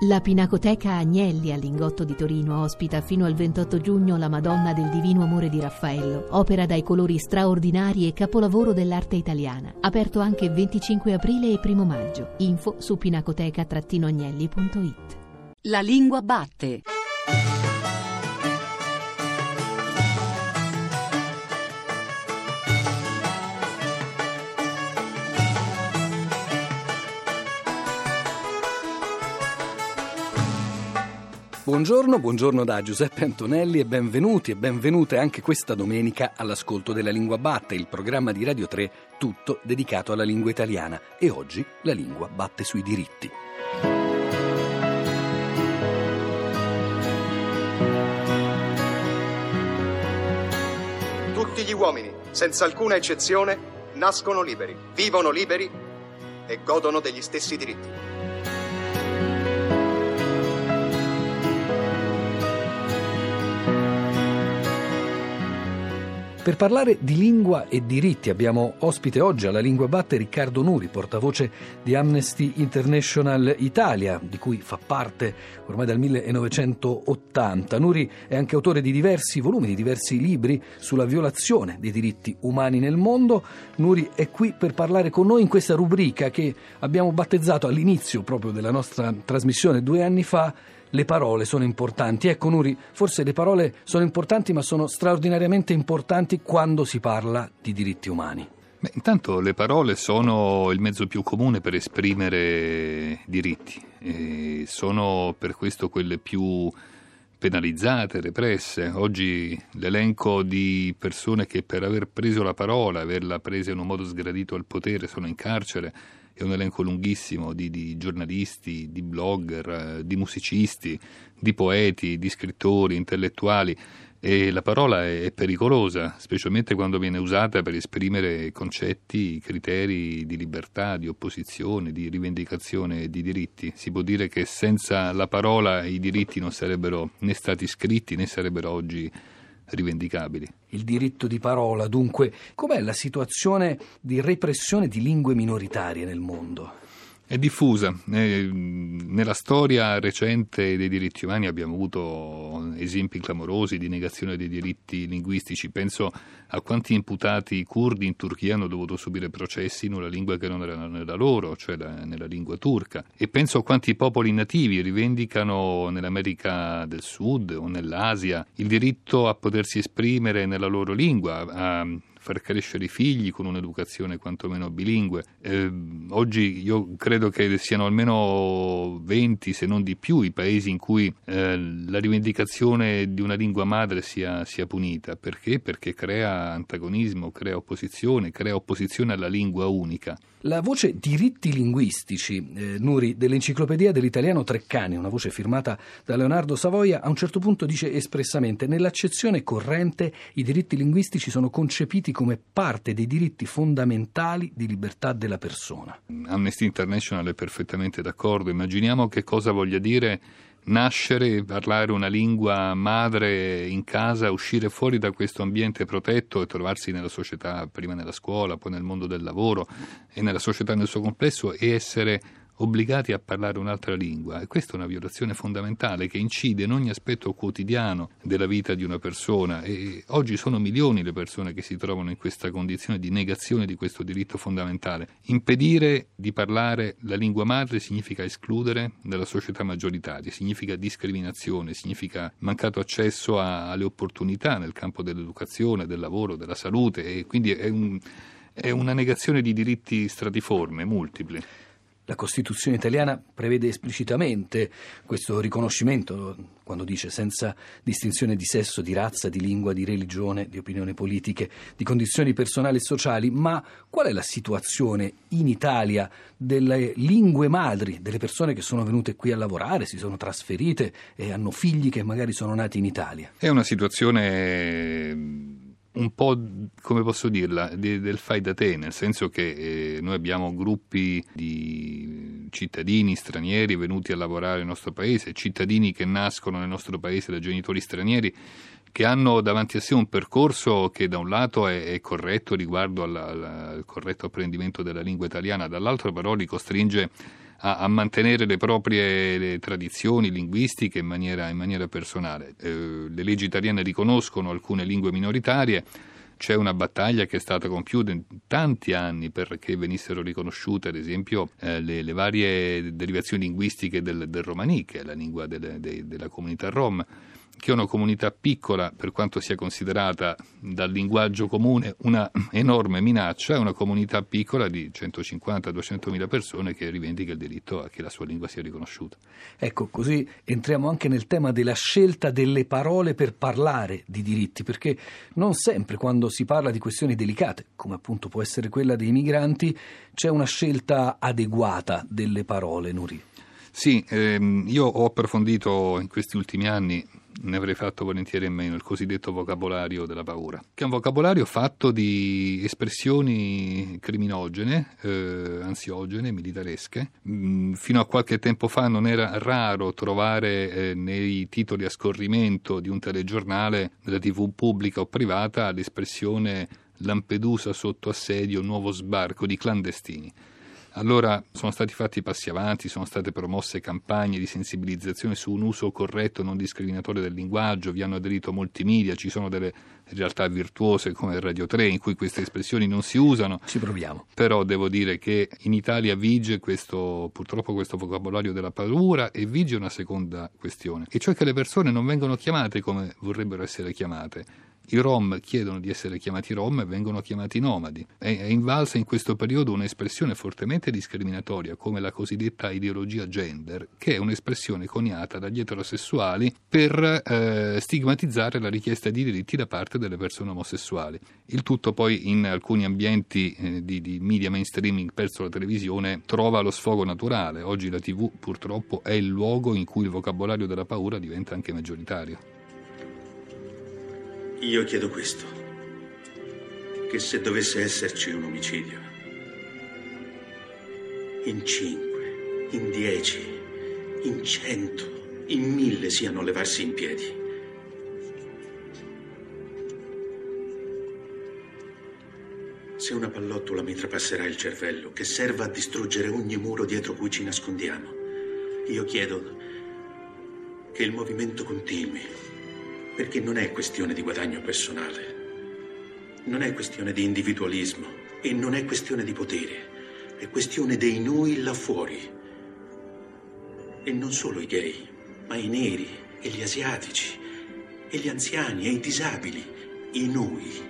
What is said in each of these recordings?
La Pinacoteca Agnelli a Lingotto di Torino ospita fino al 28 giugno la Madonna del Divino Amore di Raffaello, opera dai colori straordinari e capolavoro dell'arte italiana. Aperto anche 25 aprile e 1 maggio. Info su pinacoteca-agnelli.it. La lingua batte. Buongiorno da Giuseppe Antonelli e benvenuti e benvenute anche questa domenica all'ascolto della Lingua Batte, il programma di Radio 3 tutto dedicato alla lingua italiana. E oggi la lingua batte sui diritti. Tutti gli uomini, senza alcuna eccezione, nascono liberi, vivono liberi e godono degli stessi diritti. Per parlare di lingua e diritti abbiamo ospite oggi alla Lingua Batte Riccardo Nuri, portavoce di Amnesty International Italia, di cui fa parte ormai dal 1980. Nuri è anche autore di diversi volumi, di diversi libri sulla violazione dei diritti umani nel mondo. Nuri è qui per parlare con noi in questa rubrica che abbiamo battezzato all'inizio proprio della nostra trasmissione 2 anni fa. Le parole sono importanti. Ecco Nuri, forse le parole sono importanti, ma sono straordinariamente importanti quando si parla di diritti umani. Intanto le parole sono il mezzo più comune per esprimere diritti e sono per questo quelle più penalizzate, represse. Oggi l'elenco di persone che per aver preso la parola, averla presa in un modo sgradito al potere, sono in carcere. È un elenco lunghissimo di giornalisti, di blogger, di musicisti, di poeti, di scrittori, intellettuali, e la parola è pericolosa, specialmente quando viene usata per esprimere concetti, criteri di libertà, di opposizione, di rivendicazione di diritti. Si può dire che senza la parola i diritti non sarebbero né stati scritti né sarebbero oggi rivendicabili. Il diritto di parola, dunque, com'è la situazione di repressione di lingue minoritarie nel mondo? È diffusa. Nella storia recente dei diritti umani abbiamo avuto esempi clamorosi di negazione dei diritti linguistici. Penso a quanti imputati curdi in Turchia hanno dovuto subire processi in una lingua che non era la loro, cioè nella lingua turca. E penso a quanti popoli nativi rivendicano nell'America del Sud o nell'Asia il diritto a potersi esprimere nella loro lingua, a far crescere i figli con un'educazione quantomeno bilingue. Oggi io credo che siano almeno 20, se non di più, i paesi in cui la rivendicazione di una lingua madre sia punita. Perché? Perché crea antagonismo, crea opposizione alla lingua unica. La voce diritti linguistici, Nuri, dell'Enciclopedia dell'Italiano Treccani, una voce firmata da Leonardo Savoia, a un certo punto dice espressamente: nell'accezione corrente i diritti linguistici sono concepiti come parte dei diritti fondamentali di libertà della persona. Amnesty International è perfettamente d'accordo. Immaginiamo che cosa voglia dire nascere, parlare una lingua madre in casa, uscire fuori da questo ambiente protetto e trovarsi nella società, prima nella scuola, poi nel mondo del lavoro e nella società nel suo complesso, e essere obbligati a parlare un'altra lingua. E questa è una violazione fondamentale che incide in ogni aspetto quotidiano della vita di una persona, e oggi sono milioni le persone che si trovano in questa condizione di negazione di questo diritto fondamentale. Impedire di parlare la lingua madre significa escludere dalla società maggioritaria, significa discriminazione, significa mancato accesso alle opportunità nel campo dell'educazione, del lavoro, della salute, e quindi è una negazione di diritti stratiforme, multipli. La Costituzione italiana prevede esplicitamente questo riconoscimento quando dice senza distinzione di sesso, di razza, di lingua, di religione, di opinioni politiche, di condizioni personali e sociali. Ma qual è la situazione in Italia delle lingue madri, delle persone che sono venute qui a lavorare, si sono trasferite e hanno figli che magari sono nati in Italia? È una situazione un po', come posso dirla, del fai da te, nel senso che noi abbiamo gruppi di cittadini stranieri venuti a lavorare nel nostro paese, cittadini che nascono nel nostro paese da genitori stranieri, che hanno davanti a sé un percorso che da un lato è corretto riguardo al corretto apprendimento della lingua italiana, dall'altro però li costringe a mantenere le proprie tradizioni linguistiche in maniera personale. Le leggi italiane riconoscono alcune lingue minoritarie. C'è una battaglia che è stata compiuta in tanti anni perché venissero riconosciute, ad esempio, le varie derivazioni linguistiche del romaní, che è la lingua della comunità rom, che è una comunità piccola per quanto sia considerata dal linguaggio comune una enorme minaccia, è una comunità piccola di 150-200 mila persone che rivendica il diritto a che la sua lingua sia riconosciuta. Ecco, così entriamo anche nel tema della scelta delle parole per parlare di diritti, perché non sempre quando si parla di questioni delicate, come appunto può essere quella dei migranti, c'è una scelta adeguata delle parole, Nuri. Sì, io ho approfondito in questi ultimi anni, ne avrei fatto volentieri a meno, il cosiddetto vocabolario della paura, che è un vocabolario fatto di espressioni criminogene, ansiogene, militaresche. Fino a qualche tempo fa non era raro trovare nei titoli a scorrimento di un telegiornale, della TV pubblica o privata, l'espressione Lampedusa sotto assedio, nuovo sbarco di clandestini. Allora sono stati fatti passi avanti, sono state promosse campagne di sensibilizzazione su un uso corretto e non discriminatorio del linguaggio, vi hanno aderito molti media, ci sono delle realtà virtuose come Radio 3 in cui queste espressioni non si usano. Ci proviamo. Però devo dire che in Italia vige purtroppo questo vocabolario della paura, e vige una seconda questione, e cioè che le persone non vengono chiamate come vorrebbero essere chiamate. I Rom chiedono di essere chiamati Rom e vengono chiamati nomadi. È invalsa in questo periodo un'espressione fortemente discriminatoria come la cosiddetta ideologia gender, che è un'espressione coniata dagli eterosessuali per stigmatizzare la richiesta di diritti da parte delle persone omosessuali. Il tutto poi in alcuni ambienti di media mainstreaming perso la televisione trova lo sfogo naturale. Oggi la TV purtroppo è il luogo in cui il vocabolario della paura diventa anche maggioritario. Io chiedo questo, che se dovesse esserci un omicidio, in 5, in 10, in 100, in 1000 siano a levarsi in piedi. Se una pallottola mi trapasserà il cervello, che serva a distruggere ogni muro dietro cui ci nascondiamo, io chiedo che il movimento continui. Perché non è questione di guadagno personale, non è questione di individualismo e non è questione di potere, è questione dei noi là fuori. E non solo i gay, ma i neri e gli asiatici e gli anziani e i disabili, i noi.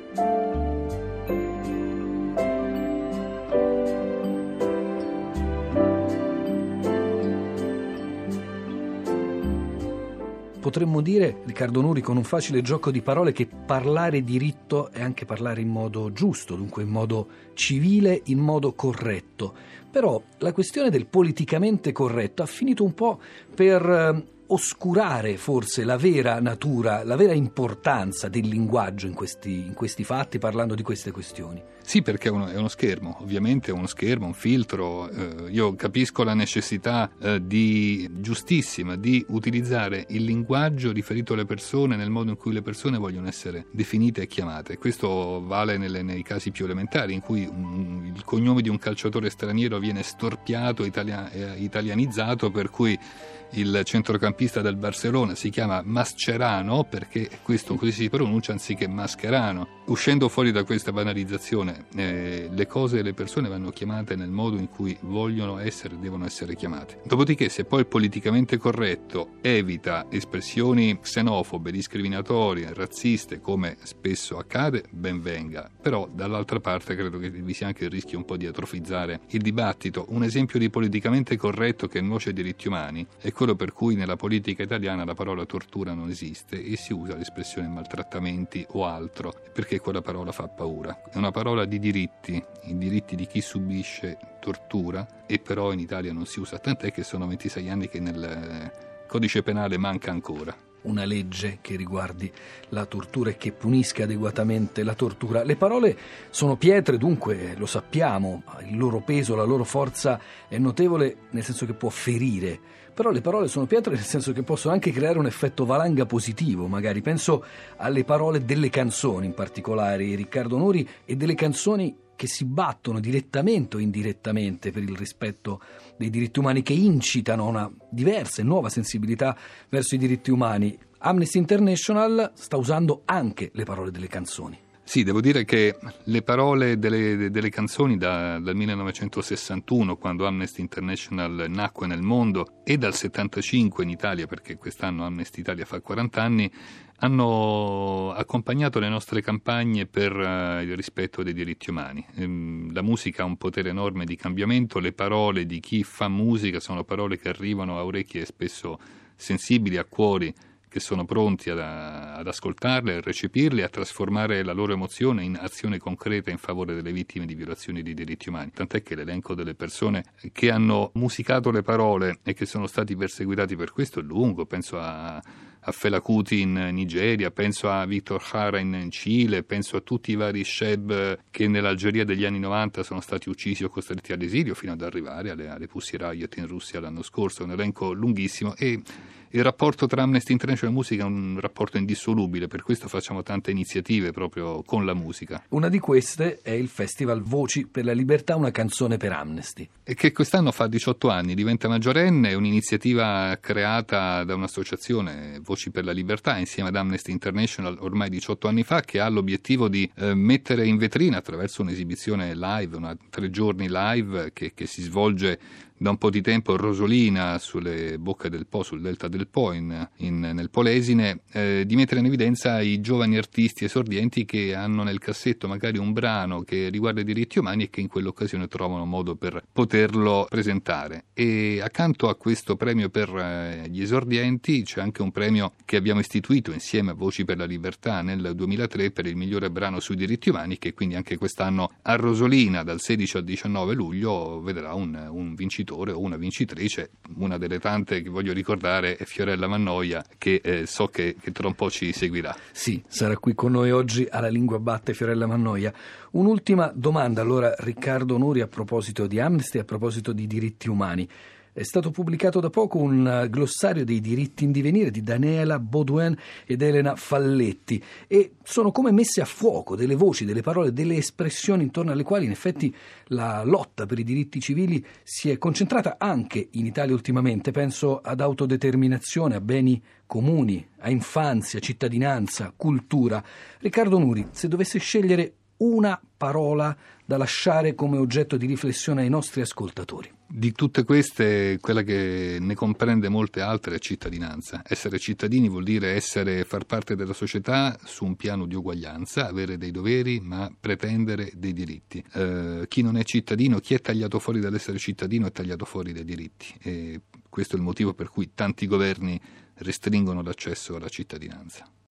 Potremmo dire, Riccardo Nuri, con un facile gioco di parole, che parlare diritto è anche parlare in modo giusto, dunque in modo civile, in modo corretto. Però la questione del politicamente corretto ha finito un po' per oscurare forse la vera natura, la vera importanza del linguaggio in questi fatti, parlando di queste questioni. Sì, perché è uno schermo, ovviamente è uno schermo, un filtro. Io capisco la necessità giustissima di utilizzare il linguaggio riferito alle persone nel modo in cui le persone vogliono essere definite e chiamate. Questo vale nei casi più elementari, in cui il cognome di un calciatore straniero viene storpiato, italianizzato, per cui il centrocampista del Barcellona si chiama Mascherano perché questo così si pronuncia anziché Mascherano. Uscendo fuori da questa banalizzazione, le cose e le persone vanno chiamate nel modo in cui devono essere chiamate. Dopodiché, se poi il politicamente corretto evita espressioni xenofobe, discriminatorie, razziste, come spesso accade, ben venga. Però dall'altra parte credo che vi sia anche il rischio un po' di atrofizzare il dibattito. Un esempio di politicamente corretto che nuoce ai diritti umani è quello per cui nella politica italiana la parola tortura non esiste e si usa l'espressione maltrattamenti o altro, perché quella parola fa paura. È una parola di diritti, i diritti di chi subisce tortura, e però in Italia non si usa, tant'è che sono 26 anni che nel codice penale manca ancora una legge che riguardi la tortura e che punisca adeguatamente la tortura. Le parole sono pietre, dunque lo sappiamo, il loro peso, la loro forza è notevole, nel senso che può ferire, però le parole sono pietre nel senso che possono anche creare un effetto valanga positivo. Magari penso alle parole delle canzoni, in particolare Riccardo Nuri, e delle canzoni che si battono direttamente o indirettamente per il rispetto dei diritti umani, che incitano a una diversa e nuova sensibilità verso i diritti umani. Amnesty International sta usando anche le parole delle canzoni. Sì, devo dire che le parole delle canzoni dal 1961, quando Amnesty International nacque nel mondo, e dal 75 in Italia, perché quest'anno Amnesty Italia fa 40 anni, hanno accompagnato le nostre campagne per il rispetto dei diritti umani. La musica ha un potere enorme di cambiamento, le parole di chi fa musica sono parole che arrivano a orecchie spesso sensibili, a cuori che sono pronti ad ascoltarle, a recepirle, a trasformare la loro emozione in azione concreta in favore delle vittime di violazioni dei diritti umani. Tant'è che l'elenco delle persone che hanno musicato le parole e che sono stati perseguitati per questo è lungo. Penso a Fela Kuti in Nigeria, penso a Victor Jara in Cile, penso a tutti i vari Sheb che nell'Algeria degli anni 90 sono stati uccisi o costretti all'esilio, fino ad arrivare alle Pussy Riot in Russia l'anno scorso. Un elenco lunghissimo, e il rapporto tra Amnesty International e musica è un rapporto indissolubile, per questo facciamo tante iniziative proprio con la musica. Una di queste è il Festival Voci per la Libertà, una canzone per Amnesty. E che quest'anno fa 18 anni, diventa maggiorenne, è un'iniziativa creata da un'associazione, Voci per la Libertà, insieme ad Amnesty International ormai 18 anni fa, che ha l'obiettivo di mettere in vetrina attraverso un'esibizione live, 3 giorni live che si svolge da un po' di tempo a Rosolina, sulle bocche del Po, sul delta del Po, nel Polesine, di mettere in evidenza i giovani artisti esordienti che hanno nel cassetto magari un brano che riguarda i diritti umani e che in quell'occasione trovano modo per poterlo presentare. E accanto a questo premio per gli esordienti c'è anche un premio che abbiamo istituito insieme a Voci per la Libertà nel 2003 per il migliore brano sui diritti umani, che quindi anche quest'anno a Rosolina dal 16 al 19 luglio vedrà un vincitore o una vincitrice. Una delle tante che voglio ricordare è Fiorella Mannoia, che so che tra un po' ci seguirà. Sì, sarà qui con noi oggi alla Lingua Batte Fiorella Mannoia. Un'ultima domanda allora, Riccardo Nuri, a proposito di Amnesty, a proposito di diritti umani. È stato pubblicato da poco un glossario dei diritti in divenire di Daniela Baudouin ed Elena Falletti, e sono come messe a fuoco delle voci, delle parole, delle espressioni intorno alle quali in effetti la lotta per i diritti civili si è concentrata anche in Italia ultimamente. Penso ad autodeterminazione, a beni comuni, a infanzia, cittadinanza, cultura. Riccardo Nuri, se dovesse scegliere una parola da lasciare come oggetto di riflessione ai nostri ascoltatori. Di tutte queste, quella che ne comprende molte altre è cittadinanza. Essere cittadini vuol dire far parte della società su un piano di uguaglianza, avere dei doveri ma pretendere dei diritti. Chi non è cittadino, chi è tagliato fuori dall'essere cittadino è tagliato fuori dai diritti, e questo è il motivo per cui tanti governi restringono l'accesso alla cittadinanza.